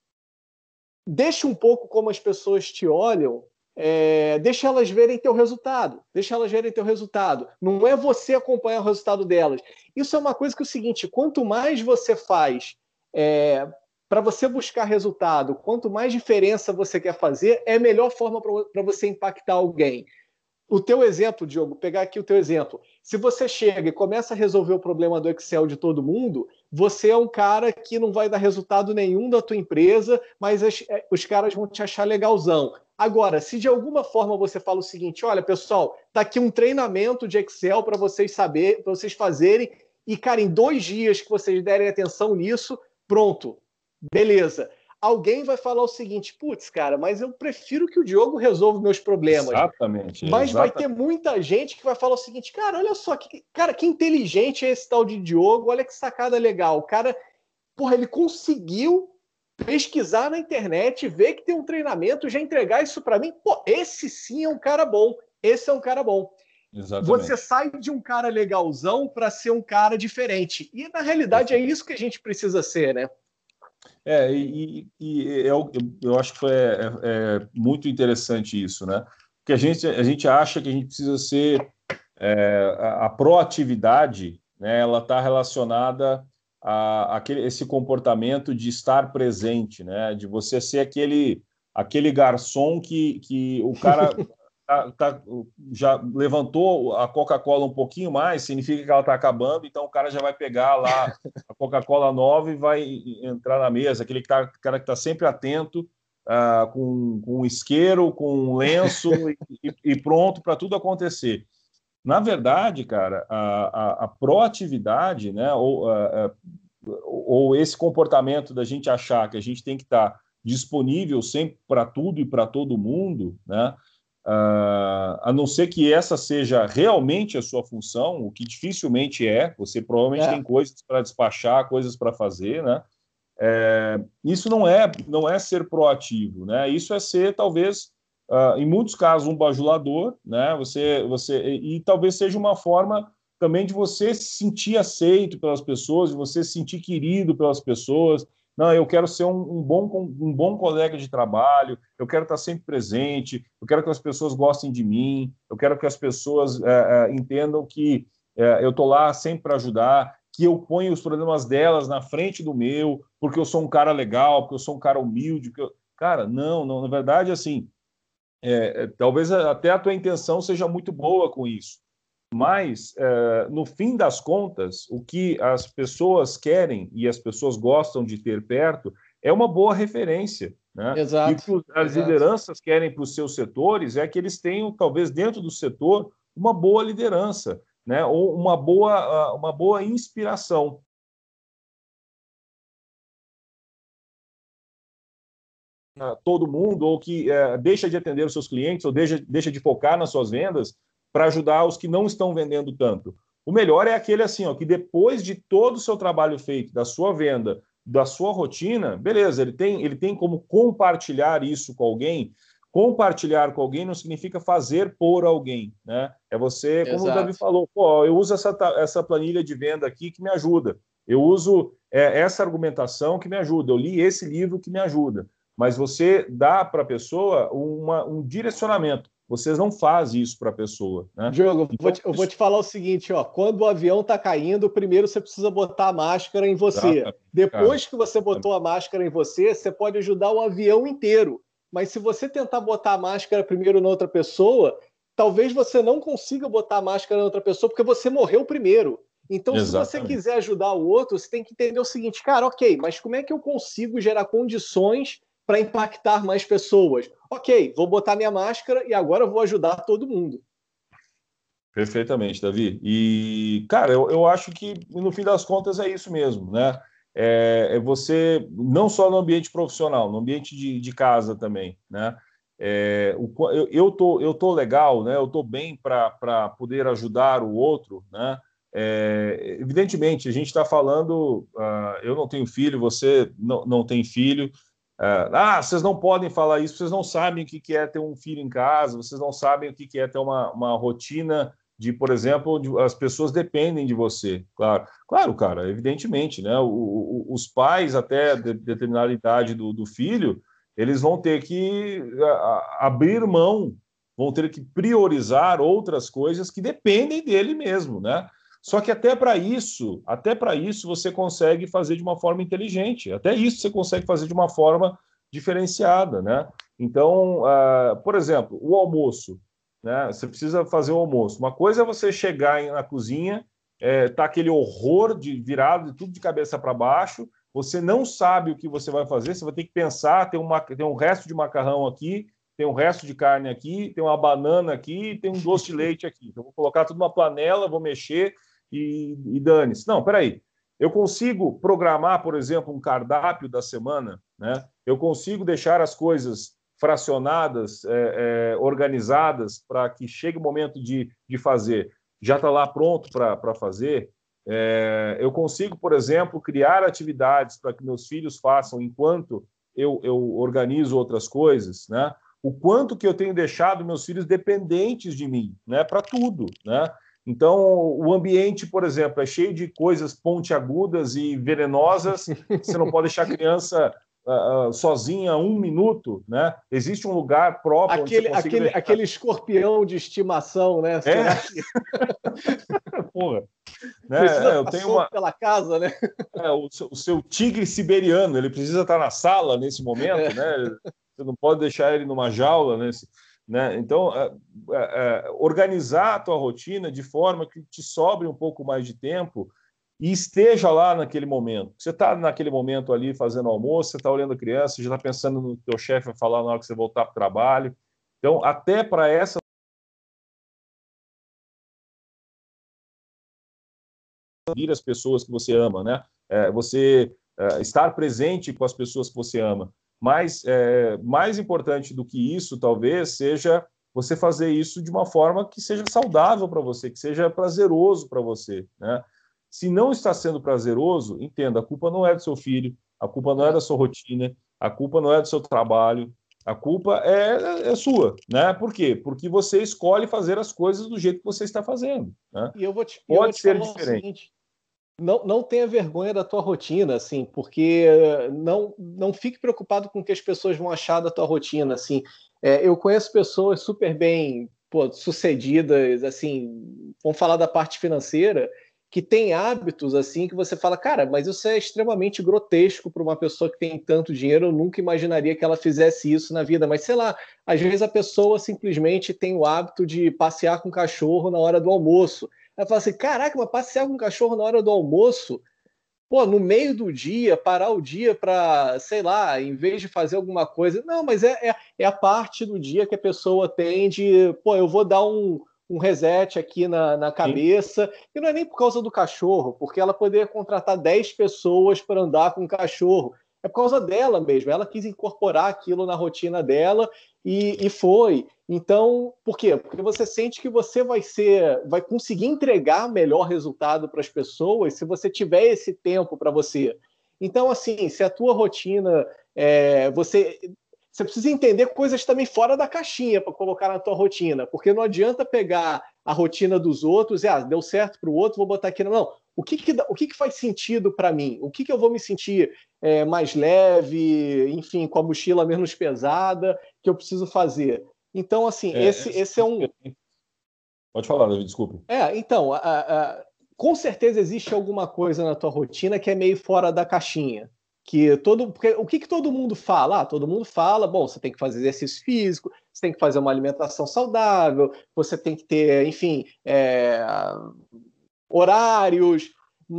Deixa um pouco como as pessoas te olham, é, deixa elas verem teu resultado, deixa elas verem teu resultado. Não é você acompanhar o resultado delas. Isso é uma coisa que é o seguinte, quanto mais você faz é, para você buscar resultado, quanto mais diferença você quer fazer, é a melhor forma para você impactar alguém. O teu exemplo, Diogo, pegar aqui o teu exemplo. Se você chega e começa a resolver o problema do Excel de todo mundo, você é um cara que não vai dar resultado nenhum da tua empresa, mas as, os caras vão te achar legalzão. Agora, se de alguma forma você fala o seguinte, olha, pessoal, tá aqui um treinamento de Excel para vocês saber, para vocês fazerem, e, cara, em dois dias que vocês derem atenção nisso, pronto, beleza. Alguém vai falar o seguinte, putz, cara, mas eu prefiro que o Diogo resolva meus problemas. Exatamente, Mas vai ter exatamente. muita gente que vai falar o seguinte, cara, olha só, que, cara, que inteligente é esse tal de Diogo, olha que sacada legal. O cara, porra, ele conseguiu pesquisar na internet, ver que tem um treinamento, já entregar isso para mim. Pô, esse sim é um cara bom, esse é um cara bom. Você Exatamente. sai de um cara legalzão para ser um cara diferente. E na realidade é Perfeito. isso que a gente precisa ser, né? É, e, e, e eu, eu acho que foi é, é muito interessante isso, né? Porque a gente, a gente acha que a gente precisa ser é, a, a proatividade, né? Ela está relacionada a, a aquele, esse comportamento de estar presente, né? De você ser aquele, aquele garçom que, que o cara tá, tá, já levantou a Coca-Cola um pouquinho mais, significa que ela está acabando, então o cara já vai pegar lá a Coca-Cola nova e vai entrar na mesa, aquele cara, cara que está sempre atento, uh, com, com um isqueiro, com um lenço e, e pronto para tudo acontecer. Na verdade, cara, a, a, a proatividade, né, ou, uh, uh, ou esse comportamento da gente achar que a gente tem que estar disponível sempre para tudo e para todo mundo, né, uh, a não ser que essa seja realmente a sua função, o que dificilmente é, você provavelmente É. tem coisas para despachar, coisas para fazer, né? É, isso não é, não é ser proativo, né? Isso é ser, talvez, uh, em muitos casos, um bajulador, né? Você, você, e, e talvez seja uma forma também de você se sentir aceito pelas pessoas, de você se sentir querido pelas pessoas. Não, eu quero ser um, um, bom, um bom colega de trabalho, eu quero estar sempre presente, eu quero que as pessoas gostem de mim, eu quero que as pessoas é, é, entendam que é, eu estou lá sempre para ajudar, que eu ponho os problemas delas na frente do meu, porque eu sou um cara legal, porque eu sou um cara humilde. Porque eu... Cara, não, não, na verdade, assim, é, é, talvez até a tua intenção seja muito boa com isso, mas, é, no fim das contas, o que as pessoas querem e as pessoas gostam de ter perto é uma boa referência, né? Exato, e o que as exato. lideranças querem para os seus setores é que eles tenham, talvez, dentro do setor, uma boa liderança, né? Ou uma boa, uma boa inspiração. Todo mundo, ou que é, deixa de atender os seus clientes, ou deixa, deixa de focar nas suas vendas para ajudar os que não estão vendendo tanto. O melhor é aquele assim, ó, que depois de todo o seu trabalho feito, da sua venda, da sua rotina, beleza, ele tem, ele tem como compartilhar isso com alguém. Compartilhar com alguém não significa fazer por alguém, né? É você, como Exato. O Davi falou, pô, eu uso essa, essa planilha de venda aqui que me ajuda. Eu uso é, essa argumentação que me ajuda. Eu li esse livro que me ajuda. Mas você dá para a pessoa uma, um direcionamento. Vocês não fazem isso para a pessoa, né? Diogo, eu, então, vou te, eu vou te falar o seguinte, ó, quando o avião está caindo, primeiro você precisa botar a máscara em você. Exatamente, Depois cara. que você botou a máscara em você, você pode ajudar o avião inteiro. Mas se você tentar botar a máscara primeiro na outra pessoa, talvez você não consiga botar a máscara na outra pessoa porque você morreu primeiro. Então, Exatamente. Se você quiser ajudar o outro, você tem que entender o seguinte, cara, ok, mas como é que eu consigo gerar condições para impactar mais pessoas? Ok, vou botar minha máscara e agora vou ajudar todo mundo. Perfeitamente, Davi. E, cara, eu, eu acho que, no fim das contas, é isso mesmo, né? É, é você, não só no ambiente profissional, no ambiente de, de casa também, né? É, o, eu, eu, tô, eu tô legal, né? Eu tô bem para poder ajudar o outro, né? É, evidentemente, a gente está falando, uh, eu não tenho filho, você não, não tem filho, uh, ah, vocês não podem falar isso, vocês não sabem o que, que é ter um filho em casa, vocês não sabem o que, que é ter uma, uma rotina de, por exemplo, onde as pessoas dependem de você. Claro, claro, cara, evidentemente, né? O, o, os pais, até de, determinada idade do, do filho, eles vão ter que a, abrir mão, vão ter que priorizar outras coisas que dependem dele mesmo, né? Só que até para isso, até para isso você consegue fazer de uma forma inteligente. Até isso você consegue fazer de uma forma diferenciada, né? Então, uh, por exemplo, o almoço. Né? Você precisa fazer o almoço. Uma coisa é você chegar na cozinha, é, tá aquele horror de virado, tudo de cabeça para baixo, você não sabe o que você vai fazer, você vai ter que pensar, tem, uma, tem um resto de macarrão aqui, tem um resto de carne aqui, tem uma banana aqui, tem um doce de leite aqui. Então, vou colocar tudo numa panela, vou mexer e, e dane-se. Não, peraí. Eu consigo programar, por exemplo, um cardápio da semana, né? Eu consigo deixar as coisas fracionadas, é, é, organizadas, para que chegue o momento de, de fazer, já está lá pronto para fazer. É, eu consigo, por exemplo, criar atividades para que meus filhos façam enquanto eu, eu organizo outras coisas, né? O quanto que eu tenho deixado meus filhos dependentes de mim, né? Para tudo, né? Então, o ambiente, por exemplo, é cheio de coisas pontiagudas e venenosas, você não pode deixar a criança Uh, uh, sozinha um minuto, né? Existe um lugar próprio aquele, onde você aquele, deixar... aquele escorpião de estimação, né? É? Que... Porra. Né? Precisa é, eu estar tenho uma... pela casa, né? É, o, seu, o seu tigre siberiano, ele precisa estar na sala nesse momento, é. né? Você não pode deixar ele numa jaula, nesse, né? Então, é, é, organizar a tua rotina de forma que te sobre um pouco mais de tempo e esteja lá naquele momento. Você está naquele momento ali fazendo almoço, você está olhando a criança, você já está pensando no teu chefe vai falar na hora que você voltar para o trabalho. Então, até para essa vir as pessoas que você ama, né? É, você é, estar presente com as pessoas que você ama. Mas é, mais importante do que isso, talvez, seja você fazer isso de uma forma que seja saudável para você, que seja prazeroso para você, né? Se não está sendo prazeroso, entenda, a culpa não é do seu filho, a culpa não é da sua rotina, a culpa não é do seu trabalho, a culpa é, é sua, né? Por quê? Porque você escolhe fazer as coisas do jeito que você está fazendo, né? E eu vou te, eu vou Pode te ser falar o diferente. seguinte, não, não tenha vergonha da tua rotina, assim, porque não, não fique preocupado com o que as pessoas vão achar da tua rotina, assim. É, eu conheço pessoas super bem, pô, sucedidas, assim, vamos falar da parte financeira, que tem hábitos, assim, que você fala, cara, mas isso é extremamente grotesco para uma pessoa que tem tanto dinheiro, eu nunca imaginaria que ela fizesse isso na vida, mas sei lá, às vezes a pessoa simplesmente tem o hábito de passear com o cachorro na hora do almoço. Ela fala assim, caraca, mas passear com o cachorro na hora do almoço, pô, no meio do dia, parar o dia para, sei lá, em vez de fazer alguma coisa. Não, mas é, é, é a parte do dia que a pessoa tem de, pô, eu vou dar um, um reset aqui na, na Sim. cabeça. E não é nem por causa do cachorro, porque ela poderia contratar dez pessoas para andar com o cachorro. É por causa dela mesmo. Ela quis incorporar aquilo na rotina dela e, e foi. Então, por quê? Porque você sente que você vai ser, vai conseguir entregar melhor resultado para as pessoas se você tiver esse tempo para você. Então, assim, se a tua rotina, é, você, você precisa entender coisas também fora da caixinha para colocar na tua rotina, porque não adianta pegar a rotina dos outros e, ah, deu certo para o outro, vou botar aqui. Não, o que, que, o que, que faz sentido para mim? O que, que eu vou me sentir é, mais leve, enfim, com a mochila menos pesada, que eu preciso fazer? Então, assim, É, esse, esse é um. é... Pode falar, David, desculpe. É, então, a, a, com certeza existe alguma coisa na tua rotina que é meio fora da caixinha. Que todo, porque o que, que todo mundo fala? Ah, todo mundo fala, bom, você tem que fazer exercício físico, você tem que fazer uma alimentação saudável, você tem que ter, enfim, é, horários,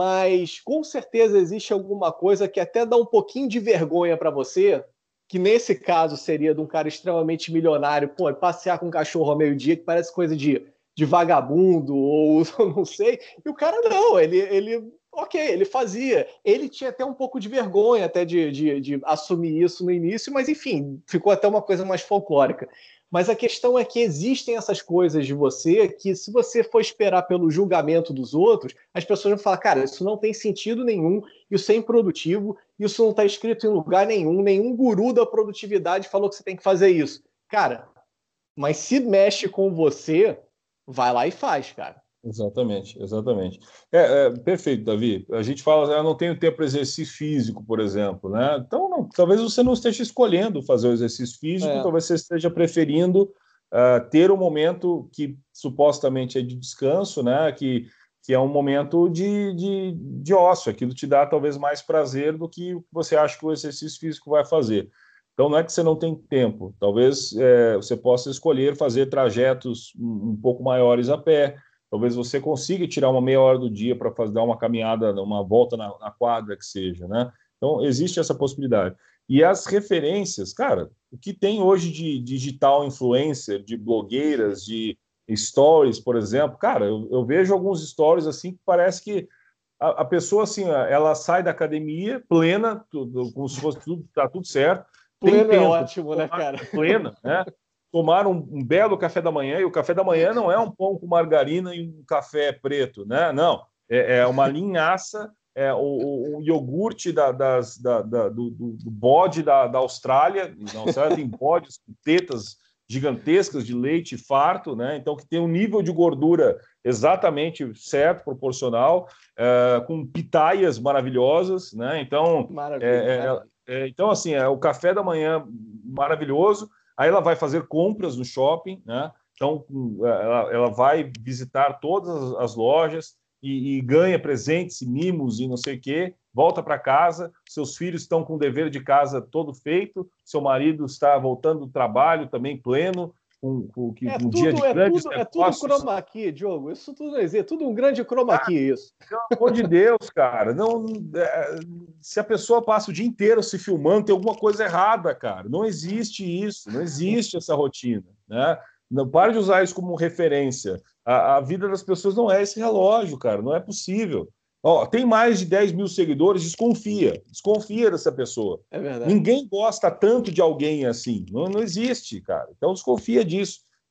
mas com certeza existe alguma coisa que até dá um pouquinho de vergonha para você, que nesse caso seria de um cara extremamente milionário, pô, passear com um cachorro ao meio-dia, que parece coisa de, de vagabundo, ou não sei, e o cara não, ele, ele ok, ele fazia, ele tinha até um pouco de vergonha até de, de, de assumir isso no início, mas enfim, ficou até uma coisa mais folclórica. Mas a questão é que existem essas coisas de você que, se você for esperar pelo julgamento dos outros, as pessoas vão falar, cara, isso não tem sentido nenhum, isso é improdutivo, isso não está escrito em lugar nenhum, nenhum guru da produtividade falou que você tem que fazer isso. Cara, mas se mexe com você, vai lá e faz, cara. Exatamente, exatamente. É, é, perfeito, Davi. A gente fala, eu não tenho tempo para exercício físico, por exemplo, né? Então, não, talvez você não esteja escolhendo fazer o exercício físico, É. talvez você esteja preferindo uh, ter um momento que supostamente é de descanso, né? Que, que é um momento de, de, de ócio. Aquilo te dá talvez mais prazer do que você acha que o exercício físico vai fazer. Então, não é que você não tem tempo. Talvez é, você possa escolher fazer trajetos um, um pouco maiores a pé. Talvez você consiga tirar uma meia hora do dia para fazer dar uma caminhada, uma volta na, na quadra que seja, né? Então, existe essa possibilidade. E as referências, cara, o que tem hoje de digital influencer, de blogueiras, de stories, por exemplo, cara, eu, eu vejo alguns stories assim que parece que a, a pessoa, assim, ela sai da academia plena, tudo, como se fosse tudo, tá tudo certo, tem Pleno é tempo, ótimo, né, cara? plena, né? Tomar um, um belo café da manhã, e o café da manhã não é um pão com margarina e um café preto, né? Não, é, é uma linhaça, é o, o, o iogurte da, das, da, da, do, do bode da, da Austrália. Na Austrália tem bodes com tetas gigantescas de leite farto, né? Então, que tem um nível de gordura exatamente certo, proporcional, é, com pitaias maravilhosas, né? Então, Maravilha, é, maravilha. é, é, então assim, é o café da manhã maravilhoso. Aí ela vai fazer compras no shopping, né? Então ela, ela vai visitar todas as lojas e, e ganha presentes, mimos e não sei o quê. Volta para casa, seus filhos estão com o dever de casa todo feito, seu marido está voltando do trabalho também pleno, com, com, com É um dia de tudo, é grandes tudo, é tudo negócios. chroma key, Diogo. Isso tudo não existe, é tudo um grande chroma key, isso. Pelo amor de Deus, cara, não, é, se a pessoa passa o dia inteiro se filmando, tem alguma coisa errada, cara. Não existe isso, não existe essa rotina, né? Não pare de usar isso como referência. A, a vida das pessoas não é esse relógio, cara, não é possível. Ó, tem mais de dez mil seguidores, desconfia, desconfia dessa pessoa. É verdade. Ninguém gosta tanto de alguém assim, não, não existe, cara. Então desconfia disso.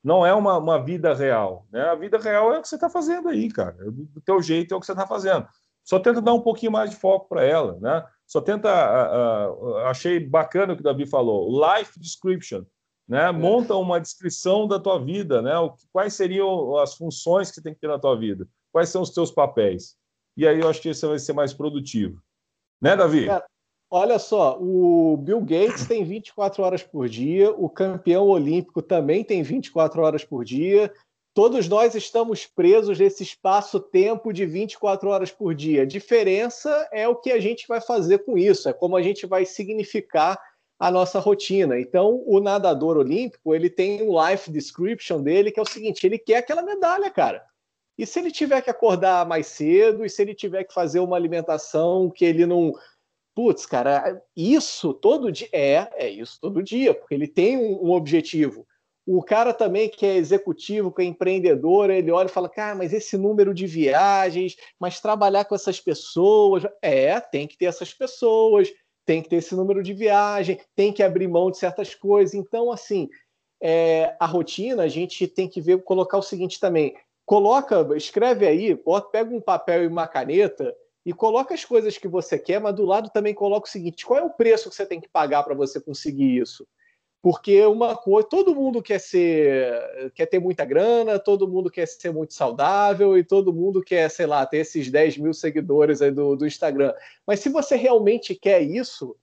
não é uma, uma vida real, né? A vida real é o que você está fazendo aí, cara. Do teu jeito é o que você está fazendo. Só tenta dar um pouquinho mais de foco para ela, né? Só tenta... Uh, uh, achei bacana o que o Davi falou. Life description, né? Monta uma descrição da tua vida, né? O, quais seriam as funções que você tem que ter na tua vida? Quais são os teus papéis? E aí eu acho que você vai ser mais produtivo. Né, Davi? Cara, olha só, o Bill Gates tem vinte e quatro horas por dia, o campeão olímpico também tem vinte e quatro horas por dia. Todos nós estamos presos nesse espaço-tempo de vinte e quatro horas por dia. A diferença é o que a gente vai fazer com isso, é como a gente vai significar a nossa rotina. Então, o nadador olímpico, ele tem um life description dele, que é o seguinte, ele quer aquela medalha, cara. E se ele tiver que acordar mais cedo, e se ele tiver que fazer uma alimentação que ele não... Putz, cara, isso todo dia... É, é isso todo dia, porque ele tem um, um objetivo. O cara também que é executivo, que é empreendedor, ele olha e fala, cara, mas esse número de viagens, mas trabalhar com essas pessoas... É, tem que ter essas pessoas, tem que ter esse número de viagem, tem que abrir mão de certas coisas. Então, assim, é, a rotina, a gente tem que ver, colocar o seguinte também, coloca, escreve aí, pega um papel e uma caneta e coloca as coisas que você quer, mas do lado também coloca o seguinte, qual é o preço que você tem que pagar para você conseguir isso? Porque uma coisa, todo mundo quer ser, quer ter muita grana, todo mundo quer ser muito saudável e todo mundo quer, sei lá, ter esses dez mil seguidores aí do, do Instagram. Mas se você realmente quer isso,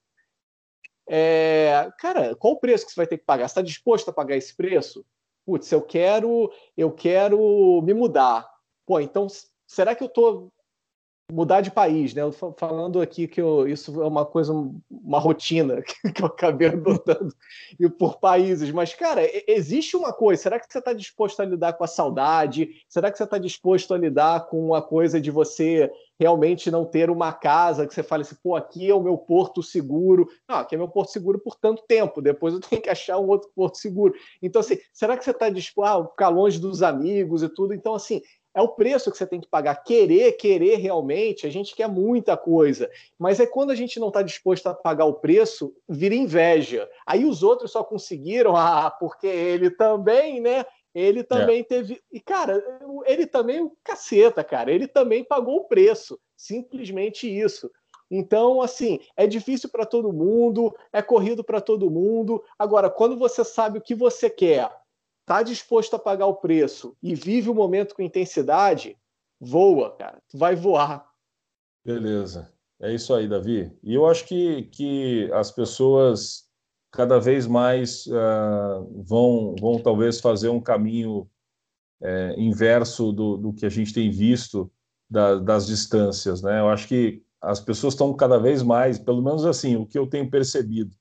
é, cara, qual o preço que você vai ter que pagar? Você está disposto a pagar esse preço? Putz, eu quero, eu quero me mudar. Pô, então, será que eu tô mudar de país, né? Eu falando aqui que eu, isso é uma coisa, uma rotina que eu acabei adotando e por países. Mas, cara, existe uma coisa. Será que você está disposto a lidar com a saudade? Será que você está disposto a lidar com a coisa de você realmente não ter uma casa que você fale assim, pô, aqui é o meu porto seguro. Não, aqui é meu porto seguro por tanto tempo. Depois eu tenho que achar um outro porto seguro. Então, assim, será que você está disposto a ficar longe dos amigos e tudo? Então, assim, é o preço que você tem que pagar. Querer, querer realmente, a gente quer muita coisa. Mas é quando a gente não está disposto a pagar o preço, vira inveja. Aí os outros só conseguiram, ah, porque ele também, né? Ele também é. teve... E, cara, ele também, caceta, cara. Ele também pagou o preço. Simplesmente isso. Então, assim, é difícil para todo mundo, é corrido para todo mundo. Agora, quando você sabe o que você quer, está disposto a pagar o preço e vive o momento com intensidade, voa, cara. Tu vai voar. Beleza. É isso aí, Davi. E eu acho que, que as pessoas cada vez mais uh, vão, vão talvez fazer um caminho é, inverso do, do que a gente tem visto da, das distâncias, né? Eu acho que as pessoas estão cada vez mais, pelo menos assim, o que eu tenho percebido,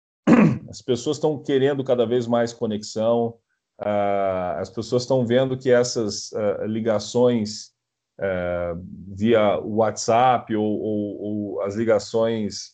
as pessoas estão querendo cada vez mais conexão, uh, as pessoas estão vendo que essas uh, ligações uh, via WhatsApp ou, ou, ou as ligações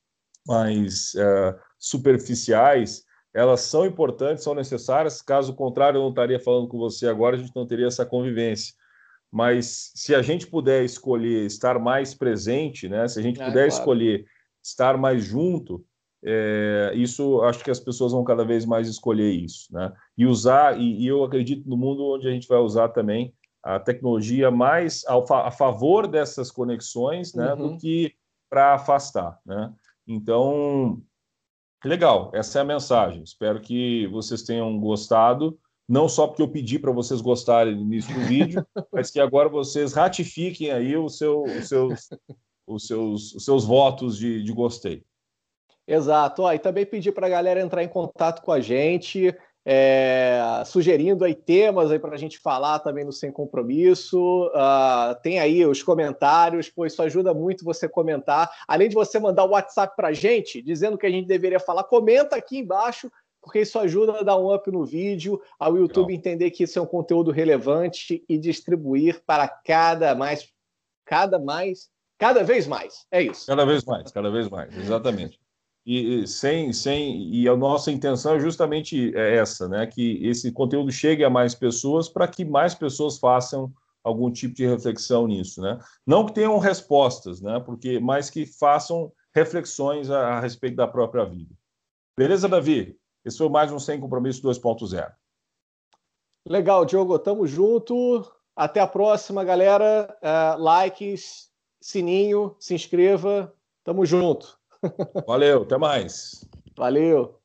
mais uh, superficiais, elas são importantes, são necessárias, caso contrário eu não estaria falando com você agora, a gente não teria essa convivência. Mas se a gente puder escolher estar mais presente, né? Se a gente é, puder claro. escolher estar mais junto, é, isso acho que as pessoas vão cada vez mais escolher isso, né? E usar, e, e eu acredito no mundo onde a gente vai usar também a tecnologia mais ao, a favor dessas conexões, né? Uhum. Do que para afastar, né? Então, legal, essa é a mensagem. Espero que vocês tenham gostado. Não só porque eu pedi para vocês gostarem do início do vídeo, mas que agora vocês ratifiquem aí o seu, os, seus, os, seus, os seus votos de, de gostei. Exato. Ó, e também pedir para a galera entrar em contato com a gente, é, sugerindo aí temas aí para a gente falar também no Sem Compromisso. Uh, tem aí os comentários, pois isso ajuda muito você comentar. Além de você mandar o WhatsApp para a gente, dizendo que a gente deveria falar, comenta aqui embaixo, porque isso ajuda a dar um up no vídeo, ao YouTube Legal. Entender que isso é um conteúdo relevante e distribuir para cada mais, cada mais, cada vez mais. É isso. Cada vez mais, cada vez mais, exatamente. E, sem, sem, e a nossa intenção é justamente essa, né? Que esse conteúdo chegue a mais pessoas para que mais pessoas façam algum tipo de reflexão nisso, né? Não que tenham respostas, né? Porque, mas que façam reflexões a, a respeito da própria vida. Beleza, Davi? Esse foi mais um Sem Compromisso dois ponto zero. Legal, Diogo, tamo junto. Até a próxima, galera. Uh, likes, sininho, se inscreva. Tamo junto. Valeu, até mais. Valeu.